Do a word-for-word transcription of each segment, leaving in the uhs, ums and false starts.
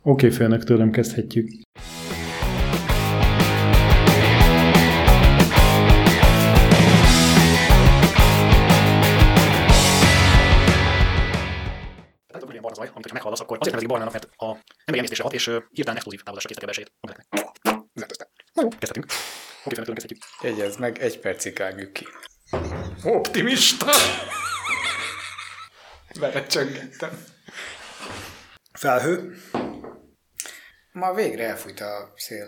Oké, okay, félnek tőlem kezdhetjük. Tehát olyan barna zaj, amit ha meghallasz, akkor azért nevezik barnának, mert a emberi emésztésre hat, és uh, hirtelen explozív támadásra készíteti a belsejét. Üzenetözte. Na jó, kezdhetünk. Oké, félnek tőlem kezdhetjük. Jegyezd meg, egy percig vágjuk ki. Optimista! Belecsöngettem. Felhő. Ma végre elfújt a szél.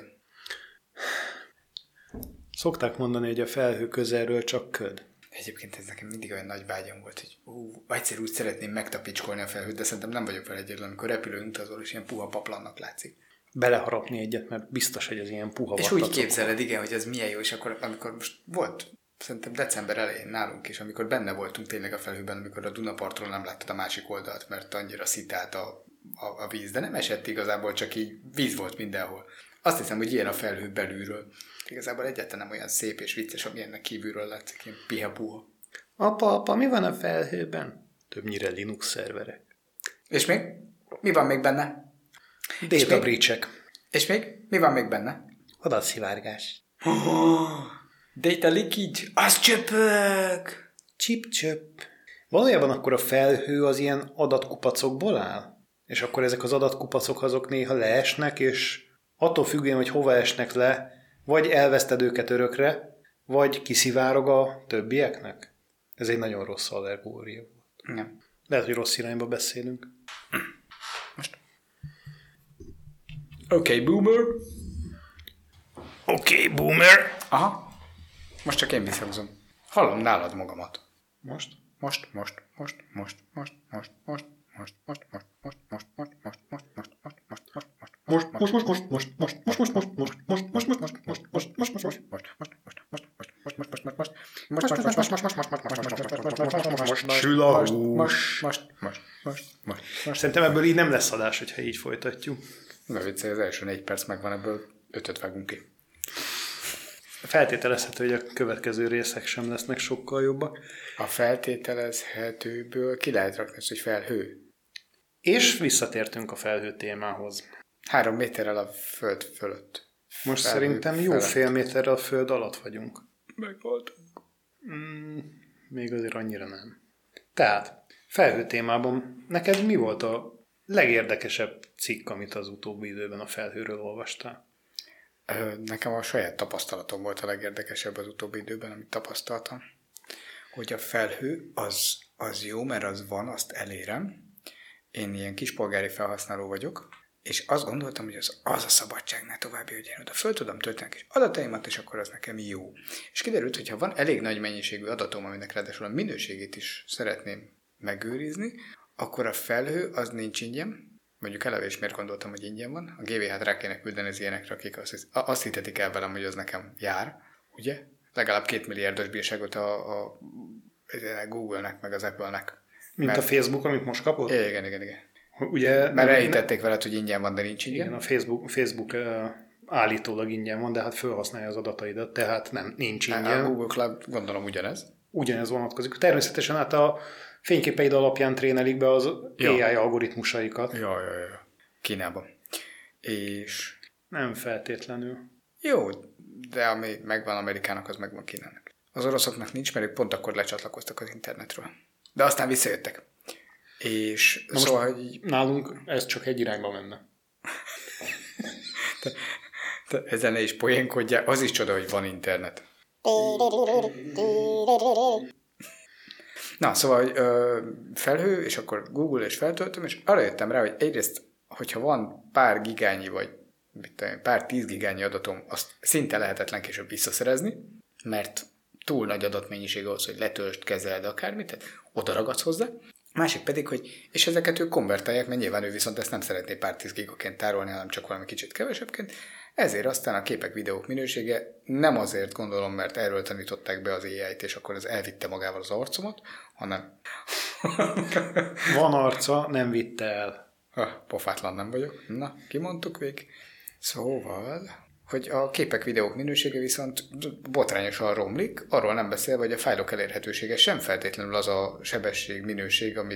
Szokták mondani, hogy a felhő közelről csak köd. Egyébként ez nekem mindig olyan nagy vágyam volt, hogy ú, egyszer úgy szeretném megtapicskolni a felhőt, de szerintem nem vagyok vele egyedül, amikor repülőn utazol, és ilyen puha paplannak látszik. Beleharapni egyet, mert biztos, hogy az ilyen puha És vattacok. úgy képzeled, igen, hogy ez milyen jó, és akkor amikor most volt, szerintem december elején nálunk is, amikor benne voltunk tényleg a felhőben, amikor a Dunapartról nem láttad a másik oldalt, mert annyira szitált a, a, a víz, de nem esett igazából, csak így víz volt mindenhol. Azt hiszem, hogy ilyen a felhő belülről. Igazából egyáltalán nem olyan szép és vicces, ami ennek kívülről látszik, ilyen piha-puha. Apa, apa, mi van a felhőben? Többnyire Linux szerverek. És még? Mi van még benne? Data breach-ek. És még? Mi van még benne? Adatszivárgás. Oh, data leakage. Az csöpög! Csip-csöp. Valójában akkor a felhő az ilyen adatkupacokból áll? És akkor ezek az adatkupacok azok néha leesnek, és attól függően, hogy hova esnek le, vagy elveszted őket örökre, vagy kiszivárog a többieknek? Ez egy nagyon rossz allegória volt. Nem. Lehet, hogy rossz irányba beszélünk. Most. Oké, okay, boomer. Oké, okay, boomer. Aha. Most csak én visszhangzom. Hallom nálad magamat. Most? Most, most, most, most, most, most, most, most, most, most, most, most, most, most, most, most, most, most, most, Most, most, most, most, most, most, most, most, most, most, most, most, most, most, most, most, most. Szerintem ebből így nem lesz adás, hogyha így folytatjuk. Na viccelj, az első négy perc megvan, ebből ötöt vágunk ki. Feltételezhető, hogy a következő részek sem lesznek sokkal jobbak. A feltételezhetőből ki lehet rakni, hogy felhő. És visszatértünk a felhő témához. Három méterrel a föld fölött. Most Felhő szerintem jó felett. fél méterrel a föld alatt vagyunk. Megvoltunk. Mm, még azért annyira nem. Tehát, felhő témában neked mi volt a legérdekesebb cikk, amit az utóbbi időben a felhőről olvastál? Nekem a saját tapasztalatom volt a legérdekesebb az utóbbi időben, amit tapasztaltam. Hogy a felhő az, az jó, mert az van, azt elérem. Én ilyen kispolgári felhasználó vagyok, és azt gondoltam, hogy az, az a szabadságnál további, hogy én oda föl tudom tölteni kis adataimat, és akkor az nekem jó. És kiderült, hogy ha van elég nagy mennyiségű adatom, aminek ráadásul a minőségét is szeretném megőrizni, akkor a felhő az nincs ingyen. Mondjuk eleve is miért gondoltam, hogy ingyen van. A gé vé hát rá kéne küldeni az ilyenekre, akik azt, azt hitetik el velem, hogy az nekem jár. Ugye? Legalább két milliárdos bírságot a, a, a Google-nek, meg az Apple-nek. Mint mert... a Facebook, amit most kapott? Igen, igen, igen. Ugye, mert elhitették veled, hogy ingyen van, de nincs ingyen. Igen, a Facebook, Facebook uh, állítólag ingyen van, de hát felhasználja az adataidat, tehát nem, nincs ingyen. A Google Cloud gondolom ugyanez. Ugyanez vonatkozik. Természetesen hát a fényképeid alapján trénelik be az ja. á i algoritmusaikat. Ja, ja, ja. Kínában. És... Nem feltétlenül. Jó, de ami megvan Amerikának, az megvan Kínának. Az oroszoknak nincs, mert ők pont akkor lecsatlakoztak az internetről. De aztán visszajöttek. És na szóval, hogy... Nálunk ez csak egy irányba menne. te, te ezen ne is poénkodjál, az is csoda, hogy van internet. Na, szóval ö, felhő, és akkor Google és feltöltöm, és arra jöttem rá, hogy egyrészt, hogyha van pár gigányi, vagy mit, pár tíz gigányi adatom, azt szinte lehetetlen később visszaszerezni, mert túl nagy adatmennyiség ahhoz, hogy letöltsd, kezeld akármit, tehát oda ragadsz hozzá. Másik pedig, hogy és ezeket ők konvertálják, mert nyilván ő viszont ezt nem szeretné pár tíz gigaként tárolni, hanem csak valami kicsit kevesebbként. Ezért aztán a képek, videók minősége nem azért gondolom, mert erről tanították be az á í-t, és akkor ez elvitte magával az arcomat, hanem... Van arca, nem vitte el. Ah, pofátlan nem vagyok. Na, kimondtuk végig. Szóval... hogy a képek, videók minősége viszont botrányosan romlik, arról nem beszélve, hogy a fájlok elérhetősége sem feltétlenül az a sebesség, minőség, amit,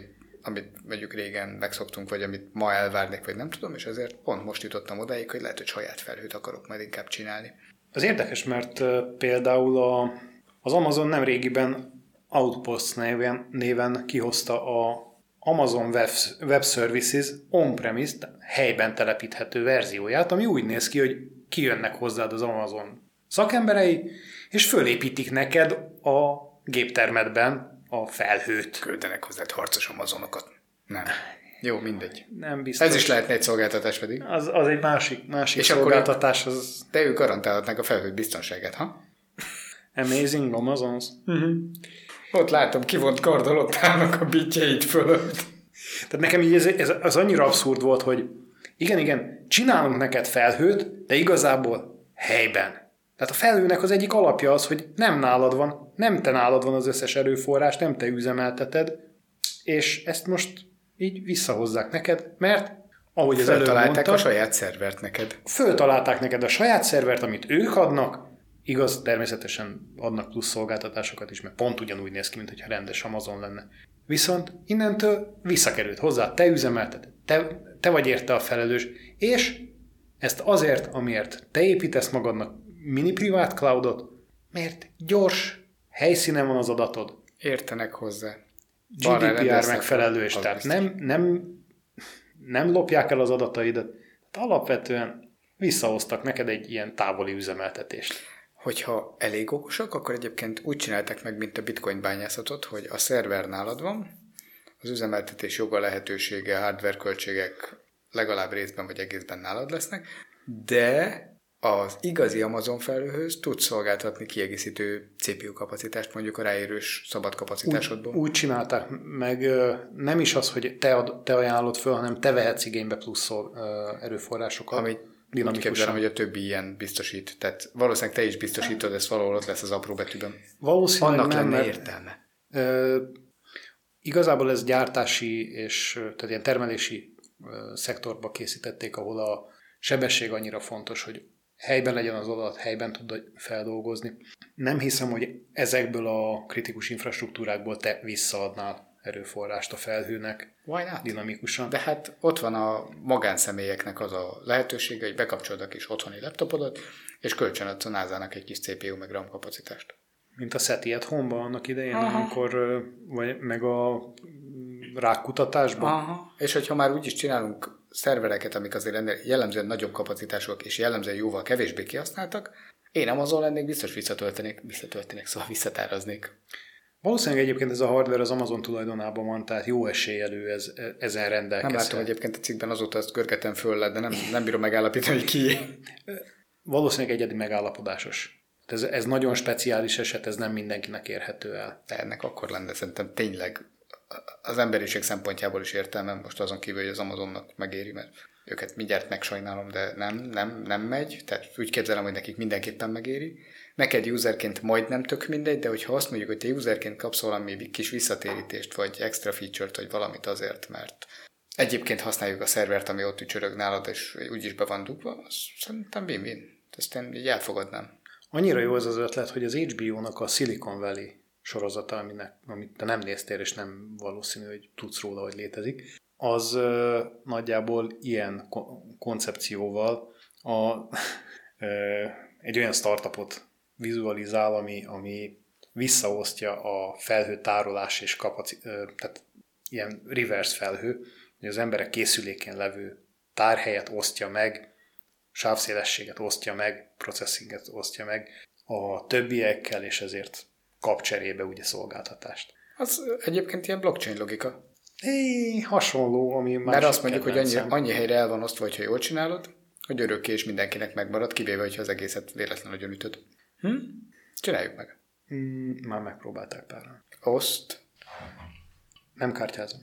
amit mondjuk régen megszoktunk, vagy amit ma elvárnék, vagy nem tudom, és ezért pont most jutottam odáig, hogy lehet, hogy saját felhőt akarok majd inkább csinálni. Az érdekes, mert uh, például a, az Amazon nem régiben Outpost néven, néven kihozta a Amazon Web, Web Services on-premise, helyben telepíthető verzióját, ami úgy néz ki, hogy kijönnek hozzád az Amazon szakemberei, és fölépítik neked a géptermedben a felhőt. Küldenek hozzád harcos Amazonokat. Nem. Jó, mindegy. Nem biztos. Ez is lehetne egy szolgáltatás pedig. Az, az egy másik, másik és szolgáltatás. Az... De ők garantálhatnák a felhőt biztonságát, ha? Amazing Amazons. Uh-huh. Ott látom, kivont karddal ott állnak a bitjeid fölött. Tehát nekem így ez, ez az annyira abszurd volt, hogy igen, igen, csinálunk neked felhőt, de igazából helyben. Tehát a felhőnek az egyik alapja az, hogy nem nálad van, nem te nálad van az összes erőforrás, nem te üzemelteted, és ezt most így visszahozzák neked, mert ahogy az előbb mondtam, a saját szervert neked. Föltalálták neked a saját szervert, amit ők adnak, igaz, természetesen adnak plusz szolgáltatásokat is, mert pont ugyanúgy néz ki, mintha rendes Amazon lenne. Viszont innentől visszakerült hozzá, te üzemelteted, te, te vagy érte a felelős, és ezt azért, amiért te építesz magadnak mini privát cloudot, mert gyors helyszínen van az adatod. Értenek hozzá. gé dé pé er megfelelős, tehát nem, nem, nem lopják el az adataidat. Tehát alapvetően visszahoztak neked egy ilyen távoli üzemeltetést. Hogyha elég okosak, akkor egyébként úgy csináltak meg, mint a bitcoin bányászatot, hogy a szerver nálad van, az üzemeltetés joga, lehetősége, hardware költségek legalább részben vagy egészben nálad lesznek, de az igazi Amazon felhőhöz tudsz szolgáltatni kiegészítő cé pé u kapacitást, mondjuk a ráérős szabad kapacitásodból. Úgy, úgy csinálták meg, nem is az, hogy te, ad, te ajánlod föl, hanem te vehetsz igénybe plusz szol, erőforrásokat. Ami úgy képzelem, hogy a többi ilyen biztosít. Tehát valószínűleg te is biztosítod, ez valahol ott lesz az apró betűben. Valószínűleg annak nem, lenne mert, értelme. Ö, igazából ez gyártási és tehát ilyen termelési ö, szektorba készítették, ahol a sebesség annyira fontos, hogy helyben legyen az adat, helyben tud feldolgozni. Nem hiszem, hogy ezekből a kritikus infrastruktúrákból te visszaadnál erőforrást a felhőnek dinamikusan. De hát ott van a magánszemélyeknek az a lehetősége, hogy bekapcsolod a kis otthoni laptopodat, és kölcsönadsz a názának egy kis cé pé u meg RAM kapacitást. Mint a SETI at Home-ban annak idején, aha, amikor vagy meg a rákkutatásban. Aha. És hogyha már úgyis csinálunk szervereket, amik azért jellemzően nagyobb kapacitások, és jellemzően jóval kevésbé kihasználtak, én Amazon lennék, biztos visszatöltenék, visszatöltenék, szóval visszatáraznék. Valószínűleg egyébként ez a hardware az Amazon tulajdonában van, tehát jó esélyelő ez, ezen rendelkezhet. Nem látom egyébként a cikkben, azóta azt görgetem föl le, de nem, nem bírom megállapítani, hogy ki. Valószínűleg egyedi megállapodásos. Ez, ez nagyon speciális eset, ez nem mindenkinek érhető el. De ennek akkor lenne szerintem tényleg az emberiség szempontjából is értelmem, most azon kívül, hogy az Amazonnak megéri, mert őket mindjárt megsajnálom, de nem, nem, nem megy, tehát úgy képzelem, hogy nekik mindenképpen megéri. Neked userként majdnem tök mindegy, de hogyha azt mondjuk, hogy te userként kapsz valami kis visszatérítést, vagy extra feature-t, vagy valamit azért, mert egyébként használjuk a szervert, ami ott ücsörög nálad, és úgyis be van dugva, az szerintem win-win. Ezt én így elfogadnám. Annyira jó az az ötlet, hogy az há bé ó-nak a Silicon Valley sorozata, aminek, amit te nem néztél, és nem valószínű, hogy tudsz róla, hogy létezik, az ö, nagyjából ilyen ko- koncepcióval a, ö, egy olyan startupot vizualizál, ami, ami visszaosztja a felhő tárolás és kapaci- ö, tehát ilyen reverse felhő, hogy az emberek készülékén levő tárhelyet osztja meg, sávszélességet osztja meg, processinget osztja meg a többiekkel, és ezért kap cserébe ugye szolgáltatást. Az egyébként ilyen blockchain logika. É, hasonló, ami már... Mert azt mondjuk, hogy annyi, annyi helyre el van osztva, hogyha jól csinálod, hogy örökké és mindenkinek megmarad, kivéve, hogyha az egészet véletlenül nagyon ütöd. Hm? Csináljuk meg. Mm, már megpróbálták páran. Oszt. Nem kártyázom.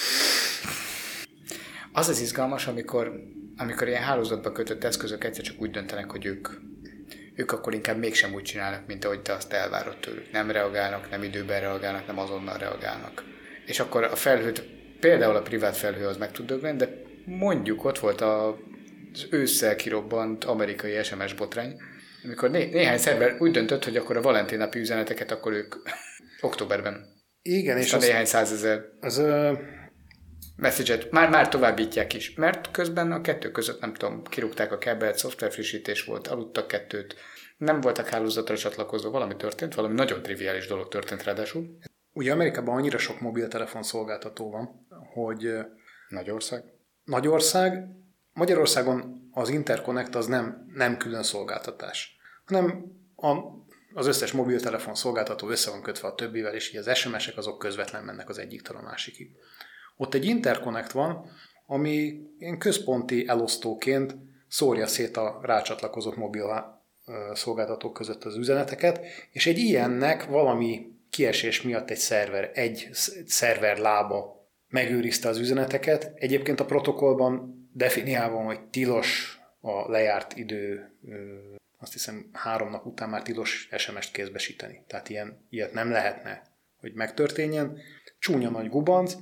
Az az izgalmas, amikor, amikor ilyen hálózatba kötött eszközök egyszer csak úgy döntenek, hogy ők, ők akkor inkább mégsem úgy csinálnak, mint ahogy te azt elvárod tőlük. Nem reagálnak, nem időben reagálnak, nem azonnal reagálnak. És akkor a felhőt, például a privát felhő az meg tud dögleni, de mondjuk ott volt a, az ősszel kirobbant amerikai es em es botrány, amikor né- néhány szerver úgy döntött, hogy akkor a Valentin napi üzeneteket akkor ők októberben. Igen, és a néhány százezer. Az, ö, message-et már, már továbbítják is, mert közben a kettő között nem tudom, kirúgták a kábelt, szoftverfrissítés volt, aludtak kettőt, nem voltak hálózatra csatlakozva, valami történt, valami nagyon triviális dolog történt ráadásul. Ugye Amerikában annyira sok mobiltelefon szolgáltató van, hogy Nagyország. Nagyország, Magyarországon az Interconnect az nem, nem külön szolgáltatás, hanem a, az összes mobiltelefon szolgáltató össze van kötve a többivel, és így az es em es-ek azok közvetlen mennek az egyiktől a másikig. Ott egy Interconnect van, ami ilyen központi elosztóként szórja szét a rácsatlakozott mobil szolgáltatók között az üzeneteket, és egy ilyennek valami kiesés miatt egy szerver, egy szerver lába megőrizte az üzeneteket. Egyébként a protokollban definiálva van, hogy tilos a lejárt idő, azt hiszem három nap után már tilos es em es-t kézbesíteni. Tehát ilyen, ilyet nem lehetne, hogy megtörténjen. Csúnya nagy gubanc,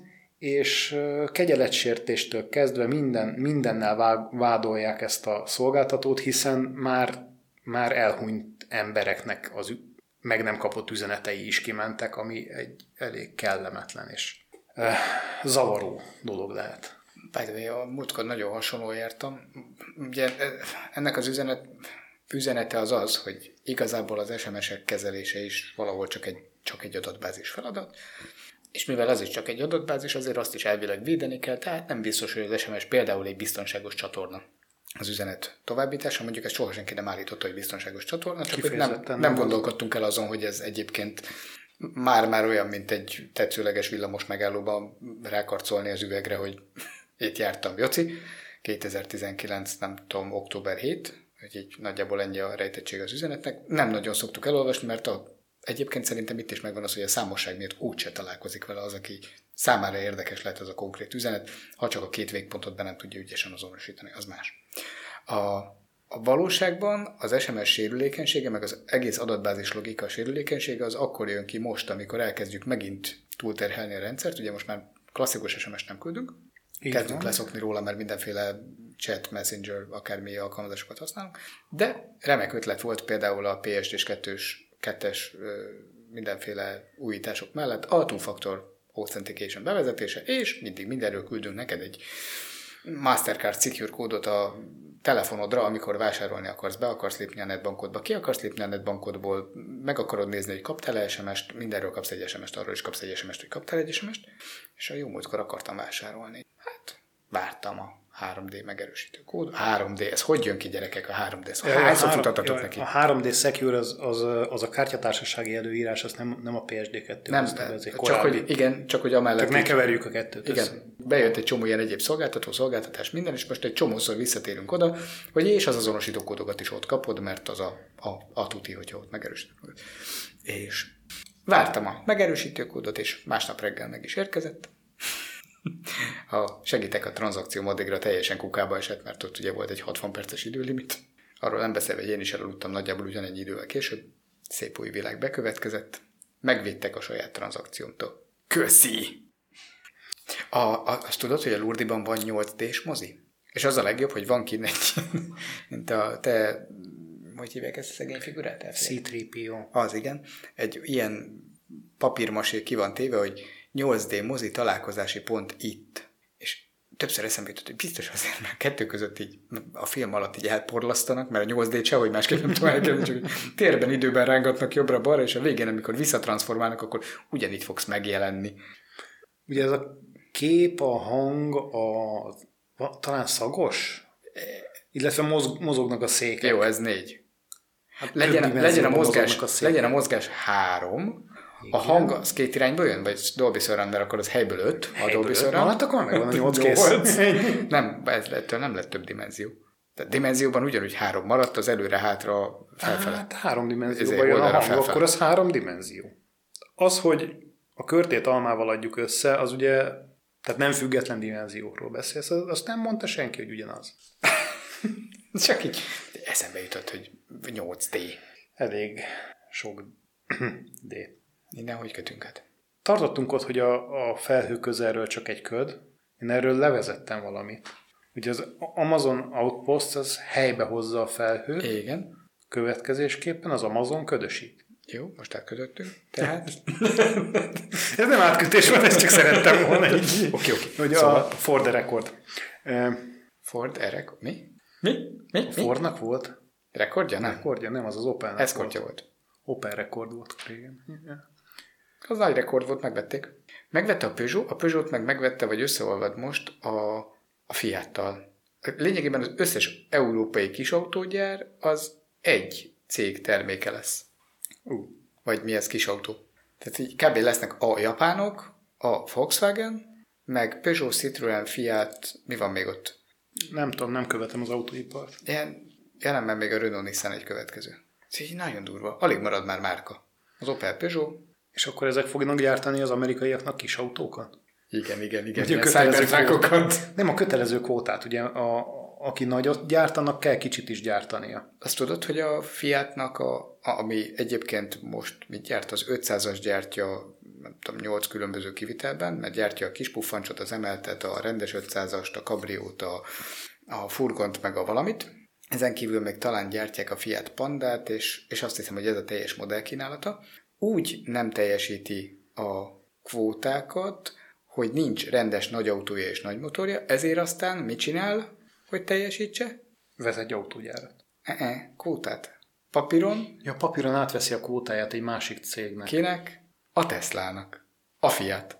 és kegyeletsértéstől kezdve minden, mindennel vádolják ezt a szolgáltatót, hiszen már, már elhunyt embereknek az meg nem kapott üzenetei is kimentek, ami egy elég kellemetlen és eh, zavaró dolog lehet. By a múltkor nagyon hasonló jártam. Ugye ennek az üzenet, üzenete az az, hogy igazából az es em es-ek kezelése is valahol csak egy, csak egy adatbázis feladat, és mivel az is csak egy adatbázis, azért azt is elvileg védeni kell, tehát nem biztos, hogy az es em es például egy biztonságos csatorna az üzenet továbbítása. Mondjuk ezt soha senki nem állította, hogy biztonságos csatorna, csak hogy nem, nem gondolkodtunk el azon, hogy ez egyébként már-már olyan, mint egy tetszőleges villamos megállóban rákarcolni az üvegre, hogy itt jártam, Joci. kétezer-tizenkilenc, nem tudom, október hetedike, hogy így nagyjából ennyi a rejtettség az üzenetnek. Nem nagyon szoktuk elolvasni, mert a, egyébként szerintem itt is megvan az, hogy a számosság miatt úgyse találkozik vele az, aki számára érdekes lehet az a konkrét üzenet, ha csak a két végpontot be nem tudja ügyesen azonosítani, az más. A, a valóságban az es em es sérülékenysége, meg az egész adatbázis logika sérülékenysége az akkor jön ki most, amikor elkezdjük megint túlterhelni a rendszert, ugye most már klasszikus es em es-t nem küldünk, így kezdünk van. Leszokni róla, mert mindenféle chat, messenger, akármi alkalmazásokat használunk, de remek ötlet volt például a pé es dé-s kettős, kettes mindenféle újítások mellett a two-factor authentication bevezetése, és mindig mindenről küldünk neked egy Mastercard Secure kódot a telefonodra, amikor vásárolni akarsz, be akarsz lépni a netbankodba, ki akarsz lépni a netbankodból, meg akarod nézni, hogy kaptál-e es em es-t, mindenről kapsz egy es em es-t, arról is kapsz egy es em es-t, hogy kaptál egy es em es-t, és a jó múltkor akartam vásárolni. Hát, vártam a három dé megerősítő kód. A három dé, ez hogy jön ki, gyerekek, a három dé? Szóval hányszor futatatok neki? A három dé Secure az, az, az a kártyatársasági előírás, az nem, nem a pé es dé kettő. Nem, az, ez csak hogy, igen, csak hogy amellett... Csak ne keverjük a kettőt. Igen, össze. Bejött egy csomó ilyen egyéb szolgáltató, szolgáltatás, minden, és most egy csomószor visszatérünk oda, hogy és az azonosító kódokat is ott kapod, mert az a, a, a tuti, hogyha ott megerősítő kódot. És vártam a megerősítő kódot, és másnap reggel meg is érkezett. Ha segítek, a tranzakció addigra teljesen kukába esett, mert ott ugye volt egy hatvan perces időlimit. Arról nem beszélve, hogy én is elaludtam nagyjából ugyanennyi idővel később. Szép új világ bekövetkezett. Megvédtek a saját tranzakciómtól. Köszi! A, a, azt tudod, hogy a Lurdiban van nyolc dés mozi? És az a legjobb, hogy van kint egy, mint a te, hogy hívják ezt a szegény figurát? cé három pé o. Az, igen. Egy ilyen papírmasé ki van téve, hogy nyolc dé mozi találkozási pont itt. És többször eszembe jutott, hogy biztos azért, mert kettő között így a film alatt így elporlasztanak, mert a nyolc dé sehogy másképp nem tudom elkezdeni, csak térben, időben rángatnak jobbra-balra, és a végén, amikor visszatranszformálnak, akkor ugyanígy fogsz megjelenni. Ugye ez a kép, a hang, a, a talán szagos, illetve moz, mozognak a székek. Jó, ez négy. Hát legyen, legyen, a mozgás, a legyen a mozgás három, igen. A hang az két irányból jön, vagy Dolby Surround, akkor az helyből öt, a Dolby Surround. Na, hát akkor megvan a nyolc kész. Nem, ez ettől nem lett több dimenzió. Tehát dimenzióban ugyanúgy három maradt, az előre-hátra felfele. Hát három dimenzióban jön a hang, felfele. Akkor az három dimenzió. Az, hogy a körtét almával adjuk össze, az ugye, tehát nem független dimenziókról beszélsz, azt nem mondta senki, hogy ugyanaz. Csak így eszembe jutott, hogy nyolc dé. Elég sok D. Innen hogy kötünk át? Tartottunk ott, hogy a, a felhő közelről csak egy köd. Én erről levezettem valamit. Ugye az Amazon Outpost az helybe hozza a felhőt. Igen. Következésképpen az Amazon ködösít. Jó, most átkötöttünk. Tehát... Ez nem átkötés van, ezt csak szerettem volna így. Oké, oké. Hogy Szóval... a Ford rekord. Ford Erek... Mi? Mi? Mi? A Fordnak volt? Rekordja? Nem. Rekordja, nem, az az Opelnek Eszkortja volt. volt. Opel rekord volt régen. Ja. Az nagy rekord volt, megvették. Megvette a Peugeot, a Peugeot meg megvette, vagy összeolvad most a, a Fiattal. Lényegében az összes európai kisautógyár az egy cég terméke lesz. Uh. Vagy mi ez kisautó? Tehát így kb. Lesznek a japánok, a Volkswagen, meg Peugeot, Citroën, Fiat, mi van még ott? Nem tudom, nem követem az autóipart. Ilyen, jelenben még a Renault Nissan egy következő. Ez így nagyon durva. Alig marad már márka. Az Opel, Peugeot. És akkor ezek fognak gyártani az amerikaiaknak kis autókat? Igen, igen, igen. Ugye a kötelező kvótát. Nem a kötelező kvótát, ugye a, aki nagyot gyártanak, kell kicsit is gyártania. Azt tudod, hogy a Fiatnak, a, ami egyébként most mit gyárt, az ötszázas gyártja, nem tudom, nyolc különböző kivitelben, mert gyártja a kis puffancsot, az emeltet, a rendes ötszázast, a kabriót, a, a furgont, meg a valamit. Ezen kívül még talán gyártják a Fiat Pandát, és, és azt hiszem, hogy ez a teljes modellkínálata. Úgy nem teljesíti a kvótákat, hogy nincs rendes nagy autója és nagy motorja, ezért aztán mit csinál, hogy teljesítse? Vesz egy autógyárat. E-e, kvótát. Papíron. Ja, papíron átveszi a kvótáját egy másik cégnek. Kinek? A Teslának. A Fiat.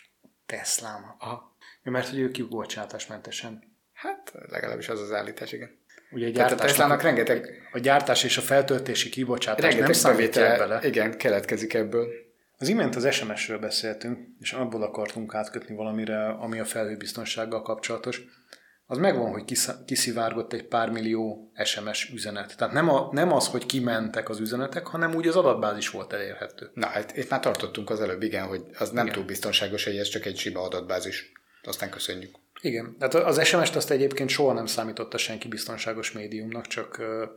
Teslának. Aha. Ja, mert hogy ő kibocsátásmentesen. Hát legalábbis az az állítás, igen. Ugye Tehát a Teslának rengeteg... A gyártás és a feltöltési kibocsátás rengeteg nem számítják bele. Igen, keletkezik ebből. Az imént az es em es-ről beszéltünk, és abból akartunk átkötni valamire, ami a felhőbiztonsággal kapcsolatos. Az megvan, hogy kiszivárgott egy pár millió es em es üzenet. Tehát nem, a, nem az, hogy kimentek az üzenetek, hanem úgy az adatbázis volt elérhető. Na, hát itt már tartottunk az előbb, igen, hogy az nem igen. túl biztonságos, hogy ez csak egy sima adatbázis. Aztán köszönjük. Igen, tehát az es em es-t azt egyébként soha nem számította senki biztonságos médiumnak, csak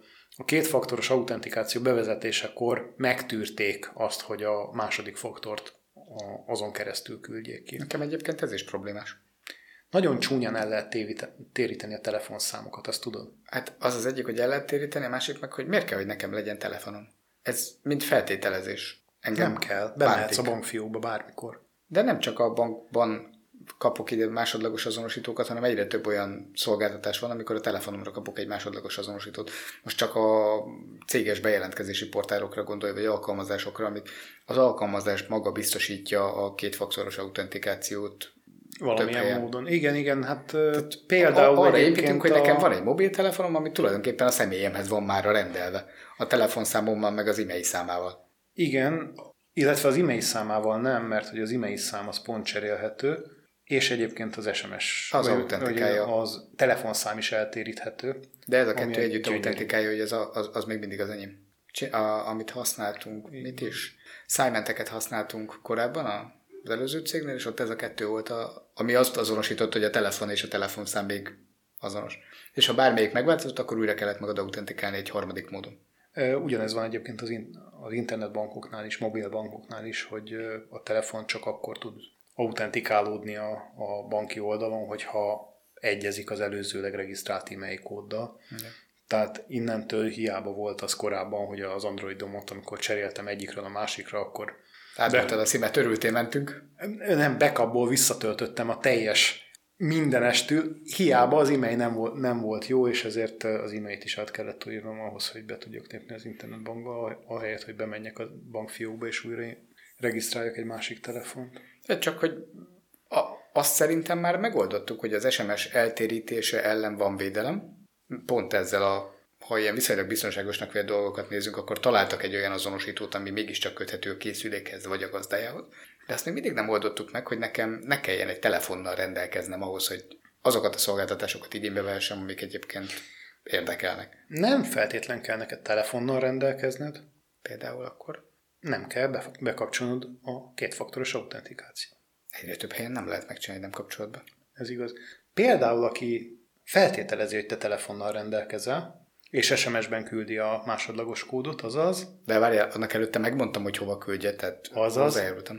a kétfaktoros autentikáció bevezetésekor megtűrték azt, hogy a második faktort azon keresztül küldjék ki. Nekem egyébként ez is problémás. Nagyon csúnyán el lehet téríteni a telefonszámokat, azt tudod? Hát az az egyik, hogy el lehet téríteni, a másik meg, hogy miért kell, hogy nekem legyen telefonom. Ez mind feltételezés. Engem nem kell, bemehetsz a bankfiókba bármikor. De nem csak a bankban kapok ide másodlagos azonosítókat, hanem egyre több olyan szolgáltatás van, amikor a telefonomra kapok egy másodlagos azonosítót. Most csak a céges bejelentkezési portálokra gondolj, vagy alkalmazásokra, amit az alkalmazás maga biztosítja a kétfaktoros autentikációt. Valamilyen módon. Igen, igen, hát tehát például arra építünk, hogy a... nekem van egy mobiltelefonom, ami tulajdonképpen a személyemhez van már rendelve. A telefonszámommal, meg az e-mail számával. Igen, illetve az e-mail számával nem, mert hogy az e-mail szám az pont cserélhető, és egyébként az es em es, az autentikálja. Az telefonszám is eltéríthető. De ez a kettő együtt autentikálja, hogy ez a, az, az még mindig az enyém. A, amit használtunk, igen. Mit is? Szájmenteket használtunk korábban a az előző cégnél, és ott ez a kettő volt, a, ami azt azonosított, hogy a telefon és a telefonszám még azonos. És ha bármelyik megváltozott, akkor újra kellett magad autentikálni egy harmadik módon. Ugyanez van egyébként az, in, az internetbankoknál is, mobilbankoknál is, hogy a telefon csak akkor tud autentikálódni a, a banki oldalon, hogyha egyezik az előzőleg regisztrált e-mail kóddal. Igen. Tehát innentől hiába volt az korábban, hogy az Androidomot, amikor cseréltem egyikről a másikra, akkor átmentted a szímet, örültél, mentünk? Nem, backupból visszatöltöttem a teljes mindenestül. Hiába az e-mail nem volt, nem volt jó, és ezért az e-mailt is át kellett írnom ahhoz, hogy be tudjak lépni az internetbankba, ahelyett, hogy bemenjek a bankfiókba, és újra regisztráljak egy másik telefont. De csak, hogy a, azt szerintem már megoldottuk, hogy az es em es eltérítése ellen van védelem. Pont ezzel a ha ilyen viszonylag biztonságosnak vélt dolgokat nézzünk, akkor találtak egy olyan azonosítót, ami mégiscsak köthető a készülékhez vagy a gazdájához. De azt még mindig nem oldottuk meg, hogy nekem ne kelljen egy telefonnal rendelkeznem ahhoz, hogy azokat a szolgáltatásokat igénybe vehessem, amik egyébként érdekelnek. Nem feltétlen kell neked telefonnal rendelkezned. Például akkor? Nem kell be- bekapcsolnod a kétfaktoros autentikációt. Egyre több helyen nem lehet megcsinálni, nem kapcsolod be. Ez igaz. Például, aki feltételezi, hogy te telefonnal rendelkezel, és es em es-ben küldi a másodlagos kódot, azaz... De várjál, annak előtte megmondtam, hogy hova küldje, tehát azaz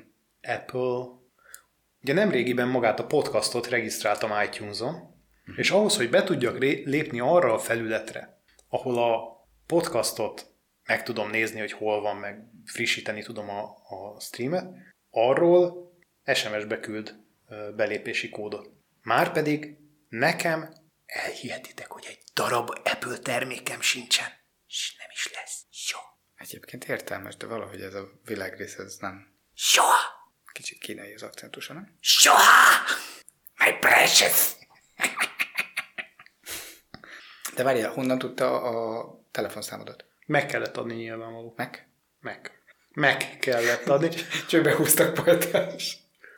Apple. Ugye nemrégiben magát a podcastot regisztráltam iTunes-on, uh-huh. és ahhoz, hogy be tudjak lépni arra a felületre, ahol a podcastot meg tudom nézni, hogy hol van, meg frissíteni tudom a, a streamet, arról es em es-be küld belépési kódot. Márpedig nekem elhihetitek, hogy egy darab Apple termékem sincsen, és nem is lesz. Jó. Egyébként értelmes, de valahogy ez a világrész, ez nem... Soha! Kicsit kínai az akcentusa, nem? Soha! My precious! De várjál, honnan tudta a telefonszámodat? Meg kellett adni nyilvánvaló. Meg? Meg. Meg kellett adni. Csak behúztak pajtás.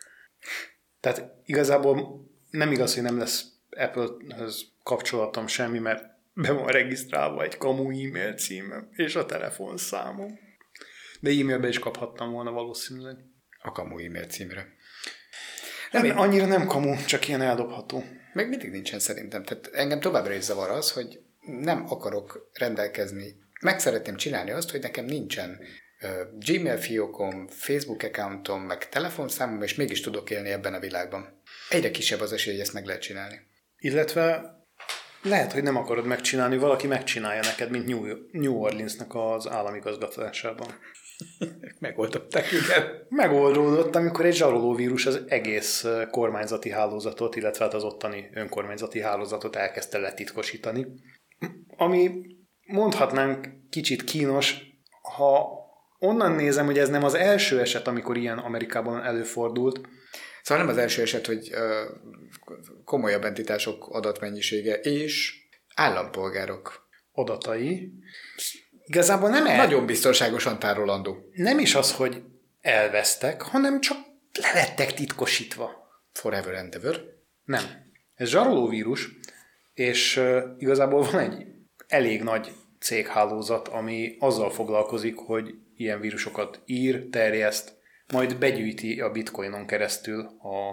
Tehát igazából nem igaz, hogy nem lesz Apple-höz kapcsolatom semmi, mert be van regisztrálva egy kamu e-mail címem és a telefonszámom. De e-mailbe is kaphattam volna valószínűleg. A kamu e-mail címre. Nem, nem annyira nem kamu, csak ilyen eldobható. Még mindig nincsen szerintem. Tehát engem továbbra is zavar az, hogy nem akarok rendelkezni. Meg szeretném csinálni azt, hogy nekem nincsen uh, Gmail fiókom, Facebook accountom, meg telefonszámom, és mégis tudok élni ebben a világban. Egyre kisebb az esély, hogy ezt meg lehet csinálni. Illetve lehet, hogy nem akarod megcsinálni, valaki megcsinálja neked, mint New, New Orleansnak az államigazgatásában. Megoldották őket. Megoldódott, amikor egy zsarolóvírus az egész kormányzati hálózatot, illetve hát az ottani önkormányzati hálózatot elkezdte letitkosítani. Ami mondhatnánk kicsit kínos, ha onnan nézem, hogy ez nem az első eset, amikor ilyen Amerikában előfordult. Szóval nem az első eset, hogy uh, komolyabb entitások adatmennyisége és állampolgárok adatai. Igazából nem el... Nagyon biztonságosan tárolandó. Nem is az, hogy elvesztek, hanem csak le lettek titkosítva. Forever and ever? Nem. Ez zsarolóvírus, és uh, igazából van egy elég nagy céghálózat, ami azzal foglalkozik, hogy ilyen vírusokat ír, terjeszt, majd begyűjti a bitcoinon keresztül a,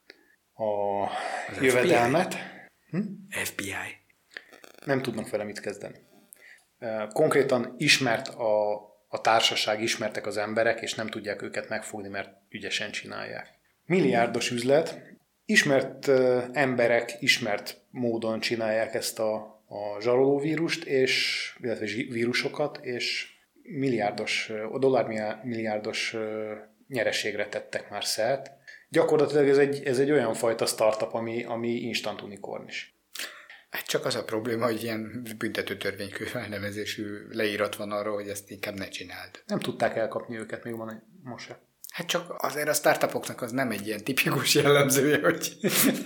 a jövedelmet. Hm? ef bé i. Nem tudnak vele mit kezdeni. Konkrétan ismert a, a társaság, ismertek az emberek, és nem tudják őket megfogni, mert ügyesen csinálják. Milliárdos üzlet, ismert emberek, ismert módon csinálják ezt a, a zsarolóvírust, és, illetve vírusokat, és milliárdos, dollármilliárdos nyereségre tettek már szert. Gyakorlatilag ez egy, ez egy olyan fajta startup, ami, ami instant unicorn is. Hát csak az a probléma, hogy ilyen büntető törvénykönyv elnevezésű leírat van arra, hogy ezt inkább ne csináld. Nem tudták elkapni őket, még van egy most se. Hát csak azért a startupoknak az nem egy ilyen tipikus jellemzője, hogy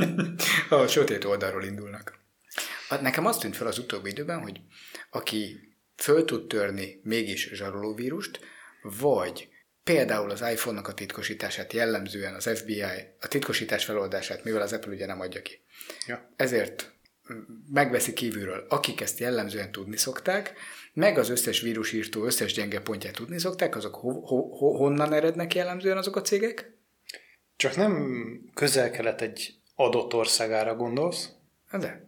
a sötét oldalról indulnak. Nekem azt tűnt fel az utóbbi időben, hogy aki föl tud törni mégis zsarolóvírust, vagy például az iPhone-nak a titkosítását jellemzően az ef bé i a titkosítás feloldását, mivel az Apple ugye nem adja ki. Ja. Ezért megveszi kívülről, akik ezt jellemzően tudni szokták, meg az összes vírusírtó, összes gyenge pontját tudni szokták, azok ho- ho- ho- honnan erednek jellemzően azok a cégek? Csak nem közel-kelet egy adott országára gondolsz? De.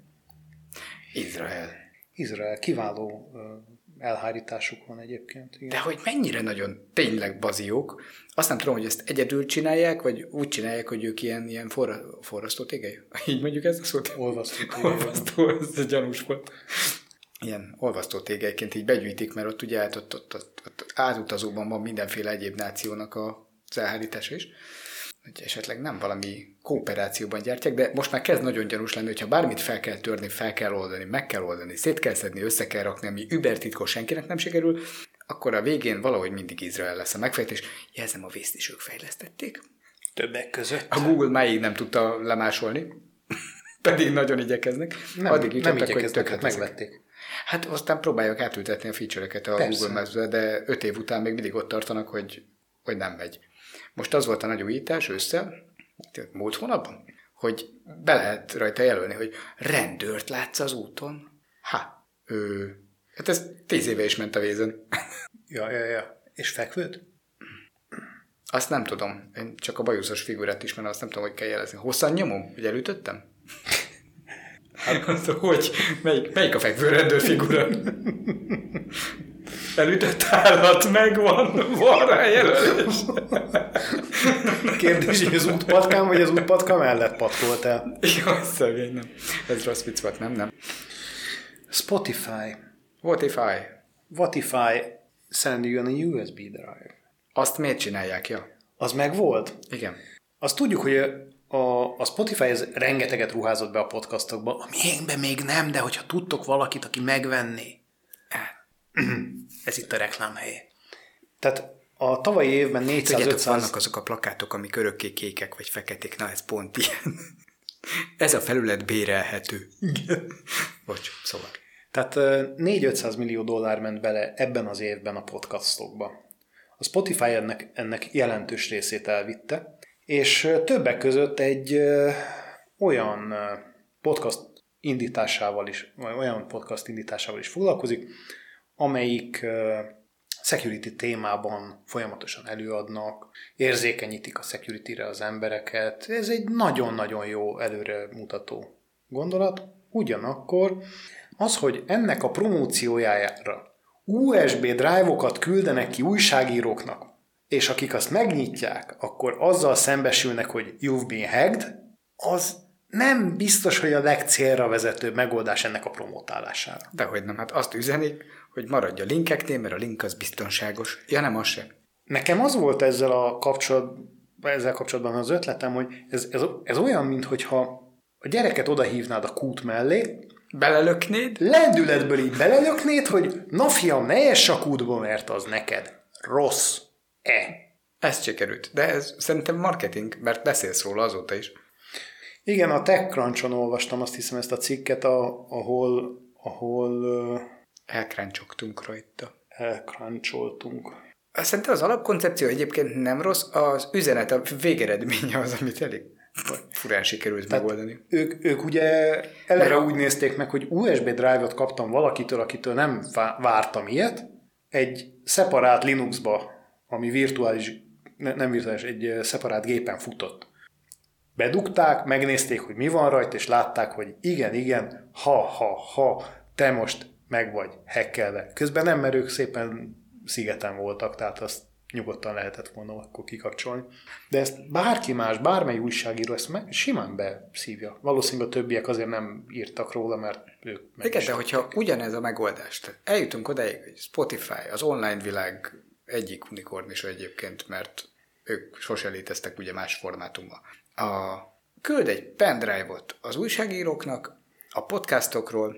Izrael. Izrael. Kiváló elhárításuk van egyébként. Igen. De hogy mennyire nagyon tényleg baziók, azt nem tudom, hogy ezt egyedül csinálják, vagy úgy csinálják, hogy ők ilyen, ilyen forra, forrasztó tégely. Így mondjuk ezt a szót? Olvasztó tégely. Olvasztó, ez gyanús volt. Ilyen olvasztó tégelyként így begyűjtik, mert ott ugye át, ott, ott, ott, ott átutazóban van mindenféle egyéb nációnak az elhárítása is. Hogy esetleg nem valami kooperációban gyártják, de most már kezd nagyon gyanús lenni, hogyha bármit fel kell törni, fel kell oldani, meg kell oldani, szét kell szedni, össze kell rakni, ami übertitkos senkinek nem sikerül, akkor a végén valahogy mindig Izrael lesz a megfejtés. Jelzem, a vészt is ők fejlesztették. Többek között. A Google máig nem tudta lemásolni, pedig nagyon igyekeznek. Nem, Addig jutottak, nem igyekeznek, hát hogy megvették. Hát aztán próbálják átültetni a feature-eket a Persze. Google Maps-be, de öt év után még mindig ott tartanak, hogy, hogy nem megy. Most az volt a nagy újítás ősszel, múlt hónapban, hogy be lehet rajta jelölni, hogy rendőrt látsz az úton. Ha, ő... Hát ez tíz éve is ment a vízen. Ja, ja, ja. És fekvőt? Azt nem tudom. Én csak a bajuszos figurát ismerem, azt nem tudom, hogy kell jelezni. Hosszan nyomom, hogy elütöttem? Hát, hogy? Melyik, melyik a fekvő rendőr figura? Elütött állat, megvan, van rá jelölés. Kérdés, hogy az útpatkán, vagy az útpatka mellett patkoltál? Jó, szegény, nem. Ez rossz vicc volt, nem, nem. Spotify. Spotify. Spotify szendüljön a u es bé drive. Azt miért csinálják, ja? Az meg volt? Igen. Azt tudjuk, hogy a, a Spotify ez rengeteget ruházott be a podcastokba. A miénkben még nem, de hogyha tudtok valakit, aki megvenné. Ez itt a reklámhelye. Tehát a tavalyi évben négyszáz-ötszáz... vannak azok a plakátok, amik örökké kékek vagy feketék. Na, ez pont ilyen. Ez a felület bérelhető. Igen. Bocs, szóval. Tehát négy-ötszáz millió dollár ment bele ebben az évben a podcastokba. A Spotify ennek, ennek jelentős részét elvitte, és többek között egy ö, olyan podcast indításával is, vagy olyan podcast indításával is foglalkozik, amelyik ö, security témában folyamatosan előadnak, érzékenyítik a security-re az embereket. Ez egy nagyon-nagyon jó előremutató gondolat. Ugyanakkor az, hogy ennek a promóciójára u es bé drive-okat küldenek ki újságíróknak, és akik azt megnyitják, akkor azzal szembesülnek, hogy you've been hacked, az nem biztos, hogy a legcélra vezetőbb megoldás ennek a promótálására. Dehogy nem, hát azt üzenik, hogy maradj a linkeknél, mert a link az biztonságos. Ja, nem, az sem. Nekem az volt ezzel a kapcsolat, ezzel kapcsolatban az ötletem, hogy ez, ez, ez olyan, mintha a gyereket odahívnád a kút mellé, belelöknéd? Lendületből így belelöknéd, hogy na fiam, ne ess a kútba, mert az neked rossz. E. Ez sikerült, de ez szerintem marketing, mert beszélsz róla azóta is. Igen, a TechCrunch-on olvastam, azt hiszem, ezt a cikket, ahol, ahol uh, elkráncsogtunk rajta. Elkráncsoltunk. Szerintem az alapkoncepció egyébként nem rossz, az üzenet, a végeredménye az, amit elég furán sikerült Tehát megoldani. Ők, ők ugye eleve úgy nézték meg, hogy u es bé drive-ot kaptam valakitől, akitől nem vártam ilyet, egy szeparát Linuxba, ami virtuális, nem virtuális, egy szeparát gépen futott. Bedugták, megnézték, hogy mi van rajta, és látták, hogy igen, igen, ha, ha, ha, te most meg vagy hackelve. Közben nem, mert ők szépen szigeten voltak, tehát azt nyugodtan lehetett volna akkor kikapcsolni. De ezt bárki más, bármely újságíró ezt meg simán beszívja. Valószínűleg a többiek azért nem írtak róla, mert ők meg igen, de hogyha ugyanez a megoldás, tehát eljutunk odáig, hogy Spotify, az online világ egyik unikornis egyébként, mert ők sose léteztek ugye más formátumban. A, küld egy pendrive-ot az újságíróknak, a podcastokról,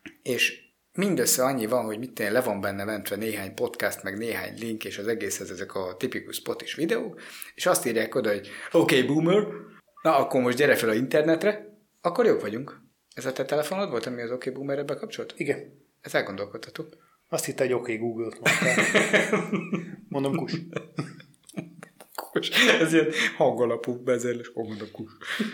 és mindössze annyi van, hogy mit tenni, le van benne mentve néhány podcast, meg néhány link, és az egészhez ezek a tipikus spotis videók, és azt írják oda, hogy oké, okay, boomer, na akkor most gyere fel a internetre, akkor jók vagyunk. Ez a te telefonod volt, ami az oké, okay, boomerre bekapcsolt? Igen. Ez elgondolkodható. Azt hitte, hogy oké, okay, Google-t mondtál. Mondom, kus. Kus. Ez ilyen hangalapú bezerlés. Ó, mondom, kus.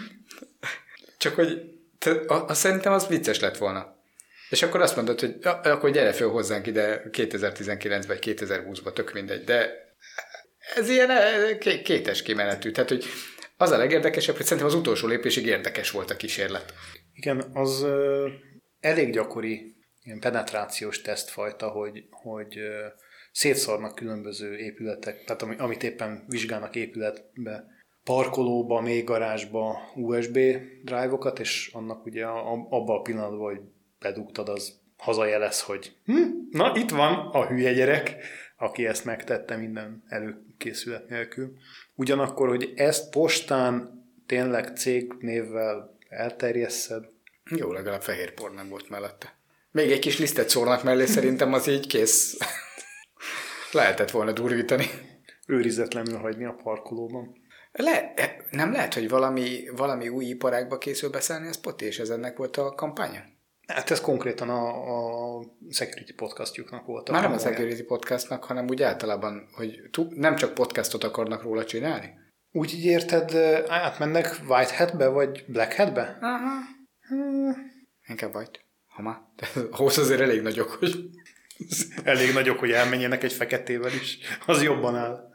Csak hogy azt szerintem az vicces lett volna. És akkor azt mondod, hogy ja, akkor gyere föl hozzánk ide kétezer-tizenkilenc vagy kétezer-húszba, tök mindegy. De ez ilyen kétes kimenetű. Tehát, hogy az a legérdekesebb, hogy szerintem az utolsó lépésig érdekes volt a kísérlet. Igen, az uh, elég gyakori ilyen penetrációs tesztfajta, hogy, hogy uh, szétszórnak különböző épületek, tehát ami, amit éppen vizsgálnak épületbe, parkolóba, még garázsba u es bé drive-okat, és annak ugye abban a pillanatban, hogy bedugtad, az hazajelez, hogy hm, na itt van a hülye gyerek, aki ezt megtette minden előkészület nélkül. Ugyanakkor, hogy ezt postán tényleg cégnévvel elterjesszed. Jó, legalább fehér por nem volt mellette. Még egy kis lisztet szórnak mellé, szerintem az így kész. Lehetett volna durvítani. Őrizetlenül hagyni a parkolóban. Le, nem lehet, hogy valami, valami új iparágba készül beszállni a Spotify, és ez ennek volt a kampánya? Hát ez konkrétan a, a Security podcastjuknak volt. A Már nem a Security podcastnak, hanem úgy általában, hogy nem csak podcastot akarnak róla csinálni? Úgy így érted, átmennek White Hatbe, vagy Black Hatbe? Aha. Hmm. Inkább White. Ha már. Ahhoz azért elég nagyok, hogy... elég nagyok, hogy elmenjenek egy feketével is. Az jobban áll.